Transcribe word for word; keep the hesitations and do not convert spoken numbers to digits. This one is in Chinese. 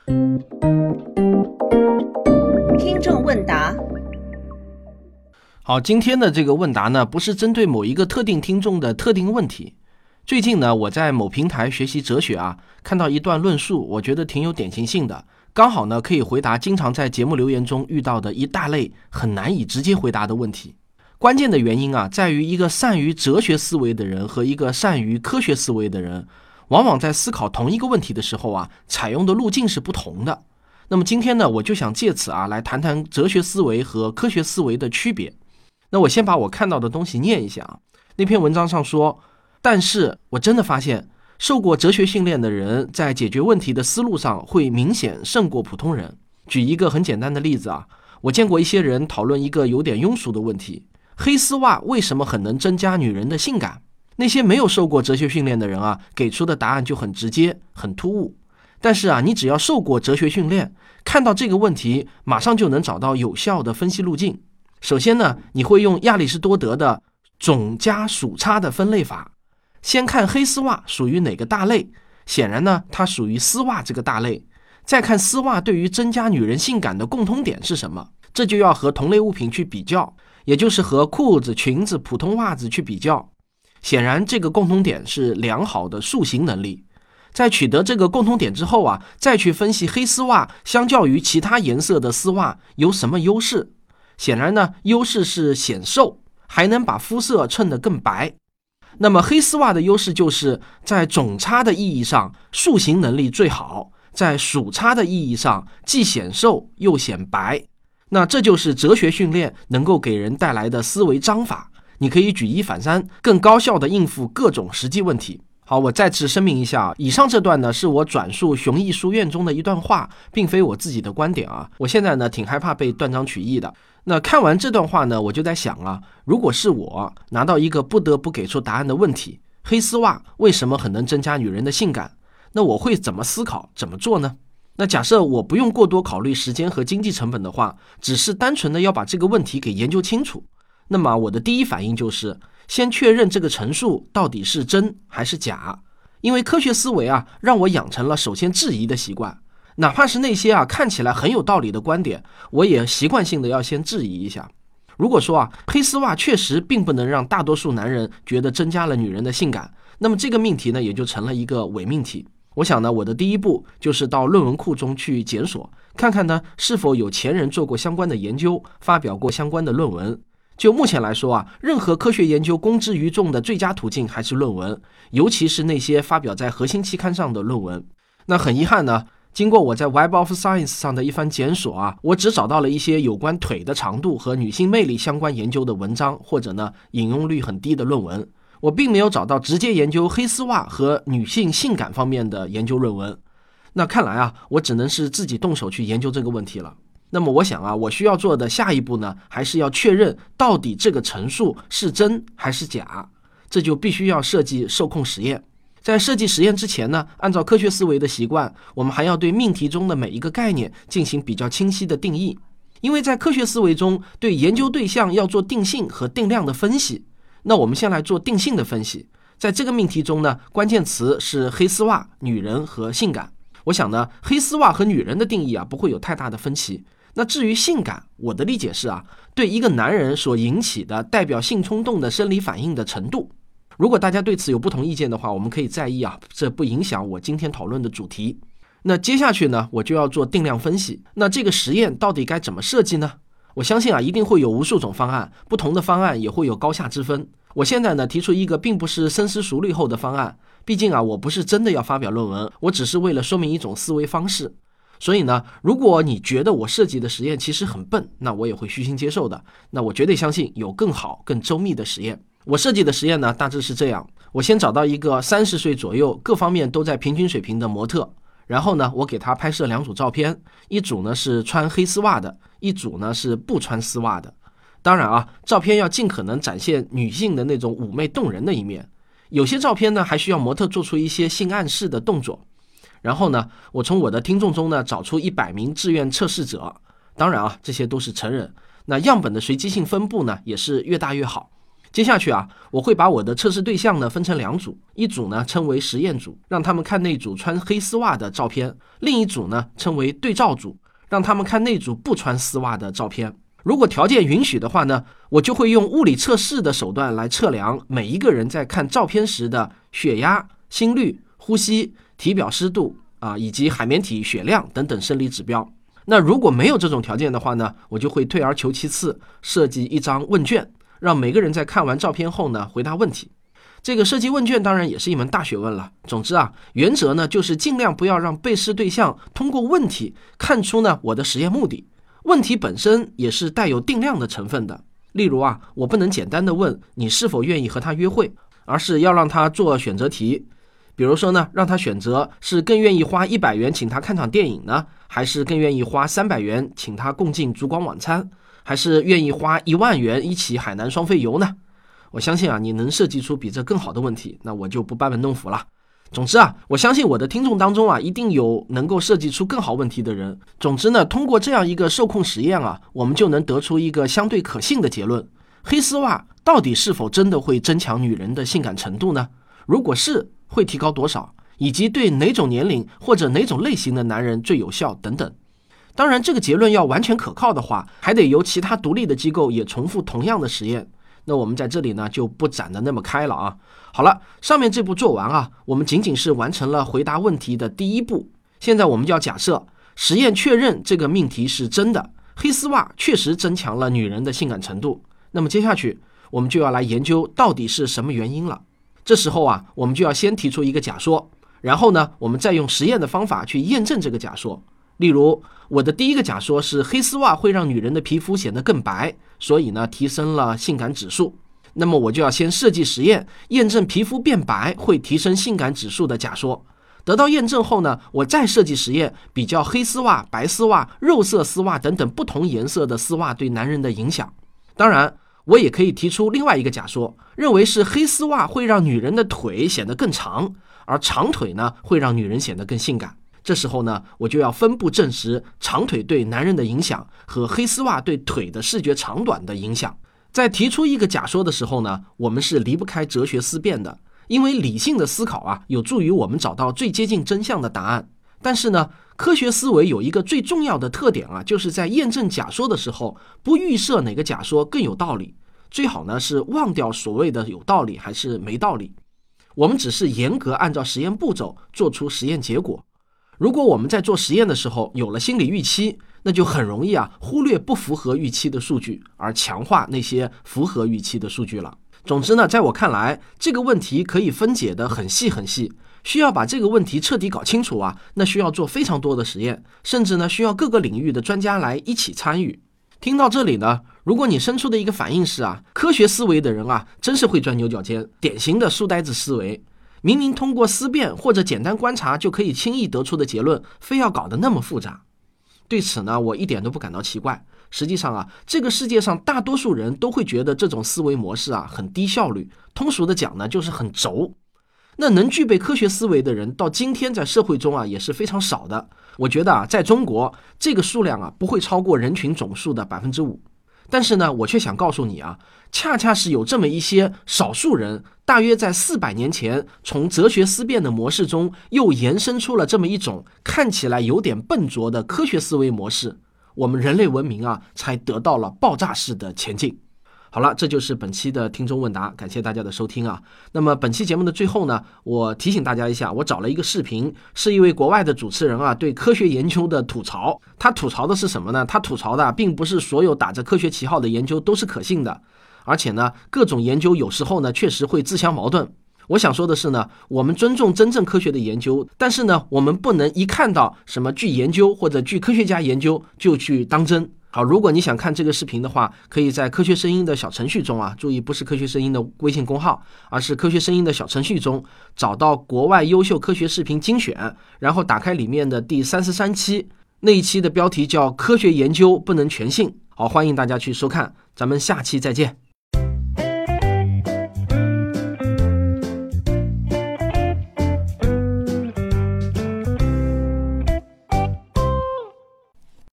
听众问答。 好，今天的这个问答呢，不是针对某一个特定听众的特定问题。最近呢，我在某平台学习哲学啊，看到一段论述，我觉得挺有典型性的，刚好呢可以回答经常在节目留言中遇到的一大类很难以直接回答的问题。关键的原因啊，在于一个善于哲学思维的人和一个善于科学思维的人，往往在思考同一个问题的时候啊，采用的路径是不同的。那么今天呢，我就想借此啊，来谈谈哲学思维和科学思维的区别。那我先把我看到的东西念一下啊。那篇文章上说，但是我真的发现，受过哲学训练的人在解决问题的思路上会明显胜过普通人。举一个很简单的例子啊，我见过一些人讨论一个有点庸俗的问题：黑丝袜为什么很能增加女人的性感？那些没有受过哲学训练的人啊，给出的答案就很直接，很突兀。但是啊，你只要受过哲学训练，看到这个问题，马上就能找到有效的分析路径。首先呢，你会用亚里士多德的总加数差的分类法，先看黑丝袜属于哪个大类，显然呢，它属于丝袜这个大类。再看丝袜对于增加女人性感的共通点是什么，这就要和同类物品去比较，也就是和裤子、裙子、普通袜子去比较。显然这个共同点是良好的塑形能力。在取得这个共同点之后啊，再去分析黑丝袜相较于其他颜色的丝袜有什么优势。显然呢，优势是显瘦，还能把肤色衬得更白。那么黑丝袜的优势就是在总差的意义上塑形能力最好，在数差的意义上既显瘦又显白。那这就是哲学训练能够给人带来的思维章法，你可以举一反三，更高效地应付各种实际问题。好，我再次声明一下，以上这段呢是我转述熊毅书院中的一段话，并非我自己的观点啊。我现在呢挺害怕被断章取义的。那看完这段话呢，我就在想啊，如果是我拿到一个不得不给出答案的问题，黑丝袜为什么很能增加女人的性感，那我会怎么思考，怎么做呢？那假设我不用过多考虑时间和经济成本的话，只是单纯的要把这个问题给研究清楚，那么我的第一反应就是先确认这个陈述到底是真还是假。因为科学思维啊，让我养成了首先质疑的习惯，哪怕是那些啊看起来很有道理的观点，我也习惯性的要先质疑一下。如果说啊黑丝袜确实并不能让大多数男人觉得增加了女人的性感，那么这个命题呢也就成了一个伪命题。我想呢，我的第一步就是到论文库中去检索，看看呢是否有前人做过相关的研究，发表过相关的论文。就目前来说啊，任何科学研究公之于众的最佳途径还是论文，尤其是那些发表在核心期刊上的论文。那很遗憾呢，经过我在 Web of Science 上的一番检索啊，我只找到了一些有关腿的长度和女性魅力相关研究的文章，或者呢引用率很低的论文。我并没有找到直接研究黑丝袜和女性性感方面的研究论文。那看来啊，我只能是自己动手去研究这个问题了。那么我想啊，我需要做的下一步呢，还是要确认到底这个陈述是真还是假。这就必须要设计受控实验。在设计实验之前呢，按照科学思维的习惯，我们还要对命题中的每一个概念进行比较清晰的定义。因为在科学思维中，对研究对象要做定性和定量的分析。那我们先来做定性的分析。在这个命题中呢，关键词是黑丝袜、女人和性感。我想呢，黑丝袜和女人的定义啊，不会有太大的分歧。那至于性感，我的理解是啊，对一个男人所引起的代表性冲动的生理反应的程度。如果大家对此有不同意见的话，我们可以在意啊，这不影响我今天讨论的主题。那接下去呢，我就要做定量分析。那这个实验到底该怎么设计呢？我相信啊，一定会有无数种方案，不同的方案也会有高下之分。我现在呢，提出一个并不是深思熟虑后的方案，毕竟啊，我不是真的要发表论文，我只是为了说明一种思维方式。所以呢，如果你觉得我设计的实验其实很笨，那我也会虚心接受的。那我绝对相信有更好更周密的实验。我设计的实验呢，大致是这样：我先找到一个三十岁左右各方面都在平均水平的模特，然后呢，我给他拍摄两组照片，一组呢是穿黑丝袜的，一组呢是不穿丝袜的。当然啊，照片要尽可能展现女性的那种妩媚动人的一面。有些照片呢，还需要模特做出一些性暗示的动作。然后呢，我从我的听众中呢找出一百名志愿测试者，当然啊，这些都是成人。那样本的随机性分布呢，也是越大越好。 接下去啊，我会把我的测试对象呢分成两组，一组呢称为实验组，让他们看那组穿黑丝袜的照片；另一组呢称为对照组，让他们看那组不穿丝袜的照片。如果条件允许的话呢，我就会用物理测试的手段来测量每一个人在看照片时的血压、心率、呼吸、体表湿度啊，以及海绵体血量等等生理指标。那如果没有这种条件的话呢，我就会退而求其次，设计一张问卷，让每个人在看完照片后呢回答问题。这个设计问卷当然也是一门大学问了。总之啊，原则呢就是尽量不要让被试对象通过问题看出呢我的实验目的。问题本身也是带有定量的成分的。例如啊，我不能简单的问你是否愿意和他约会，而是要让他做选择题。比如说呢，让他选择是更愿意花一百元请他看场电影呢，还是更愿意花三百元请他共进烛光晚餐，还是愿意花一万元一起海南双飞游呢？我相信啊，你能设计出比这更好的问题，那我就不班门弄斧了。总之啊，我相信我的听众当中啊，一定有能够设计出更好问题的人。总之呢，通过这样一个受控实验啊，我们就能得出一个相对可信的结论：黑丝袜到底是否真的会增强女人的性感程度呢？如果是，会提高多少？以及对哪种年龄或者哪种类型的男人最有效等等。当然，这个结论要完全可靠的话，还得由其他独立的机构也重复同样的实验。那我们在这里呢就不展得那么开了啊。好了，上面这步做完啊，我们仅仅是完成了回答问题的第一步。现在我们就要假设实验确认这个命题是真的，黑丝袜确实增强了女人的性感程度。那么接下去我们就要来研究到底是什么原因了。这时候啊，我们就要先提出一个假说，然后呢，我们再用实验的方法去验证这个假说。例如，我的第一个假说是黑丝袜会让女人的皮肤显得更白，所以呢，提升了性感指数。那么我就要先设计实验，验证皮肤变白会提升性感指数的假说。得到验证后呢，我再设计实验，比较黑丝袜、白丝袜、肉色丝袜等等不同颜色的丝袜对男人的影响。当然，我也可以提出另外一个假说，认为是黑丝袜会让女人的腿显得更长，而长腿呢会让女人显得更性感。这时候呢，我就要分步证实长腿对男人的影响和黑丝袜对腿的视觉长短的影响。在提出一个假说的时候呢，我们是离不开哲学思辨的，因为理性的思考啊，有助于我们找到最接近真相的答案。但是呢，科学思维有一个最重要的特点啊，就是在验证假说的时候，不预设哪个假说更有道理，最好呢是忘掉所谓的有道理还是没道理。我们只是严格按照实验步骤做出实验结果。如果我们在做实验的时候有了心理预期，那就很容易啊忽略不符合预期的数据，而强化那些符合预期的数据了。总之呢，在我看来，这个问题可以分解得很细很细，需要把这个问题彻底搞清楚啊，那需要做非常多的实验，甚至呢需要各个领域的专家来一起参与。听到这里呢，如果你生出的一个反应是啊，科学思维的人啊真是会钻牛角尖，典型的书呆子思维，明明通过思辨或者简单观察就可以轻易得出的结论，非要搞得那么复杂。对此呢，我一点都不感到奇怪。实际上啊，这个世界上大多数人都会觉得这种思维模式啊很低效率，通俗的讲呢，就是很轴。那能具备科学思维的人，到今天在社会中啊也是非常少的。我觉得啊，在中国这个数量啊不会超过人群总数的百分之五。但是呢，我却想告诉你啊，恰恰是有这么一些少数人，大约在四百年前，从哲学思辨的模式中，又延伸出了这么一种看起来有点笨拙的科学思维模式，我们人类文明啊，才得到了爆炸式的前进。好了，这就是本期的听众问答，感谢大家的收听啊。那么本期节目的最后呢，我提醒大家一下，我找了一个视频，是一位国外的主持人啊对科学研究的吐槽。他吐槽的是什么呢？他吐槽的、啊、并不是所有打着科学旗号的研究都是可信的，而且呢，各种研究有时候呢确实会自相矛盾。我想说的是呢，我们尊重真正科学的研究，但是呢，我们不能一看到什么据研究或者据科学家研究就去当真。好，如果你想看这个视频的话，可以在科学声音的小程序中啊，注意不是科学声音的微信公号，而是科学声音的小程序中找到国外优秀科学视频精选，然后打开里面的第三十三期，那一期的标题叫科学研究不能全信。好，欢迎大家去收看，咱们下期再见。